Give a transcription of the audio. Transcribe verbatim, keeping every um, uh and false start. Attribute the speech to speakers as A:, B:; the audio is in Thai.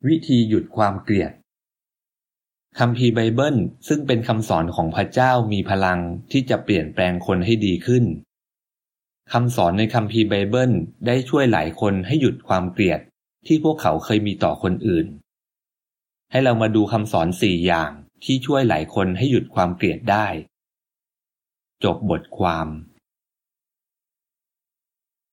A: วิธีหยุดความเกลียดคัมภีร์ไบเบิลซึ่งเป็นคำสอนของพระเจ้ามีพลังที่จะเปลี่ยนแปลงคนให้ดีขึ้นคำสอนในคัมภีร์ไบเบิลได้ช่วยหลายคนให้หยุดความเกลียดที่พวกเขาเคยมีต่อคนอื่นให้เรามาดูคำสอนสี่อย่างที่ช่วยหลายคนให้หยุดความเกลียดได้จบบทความ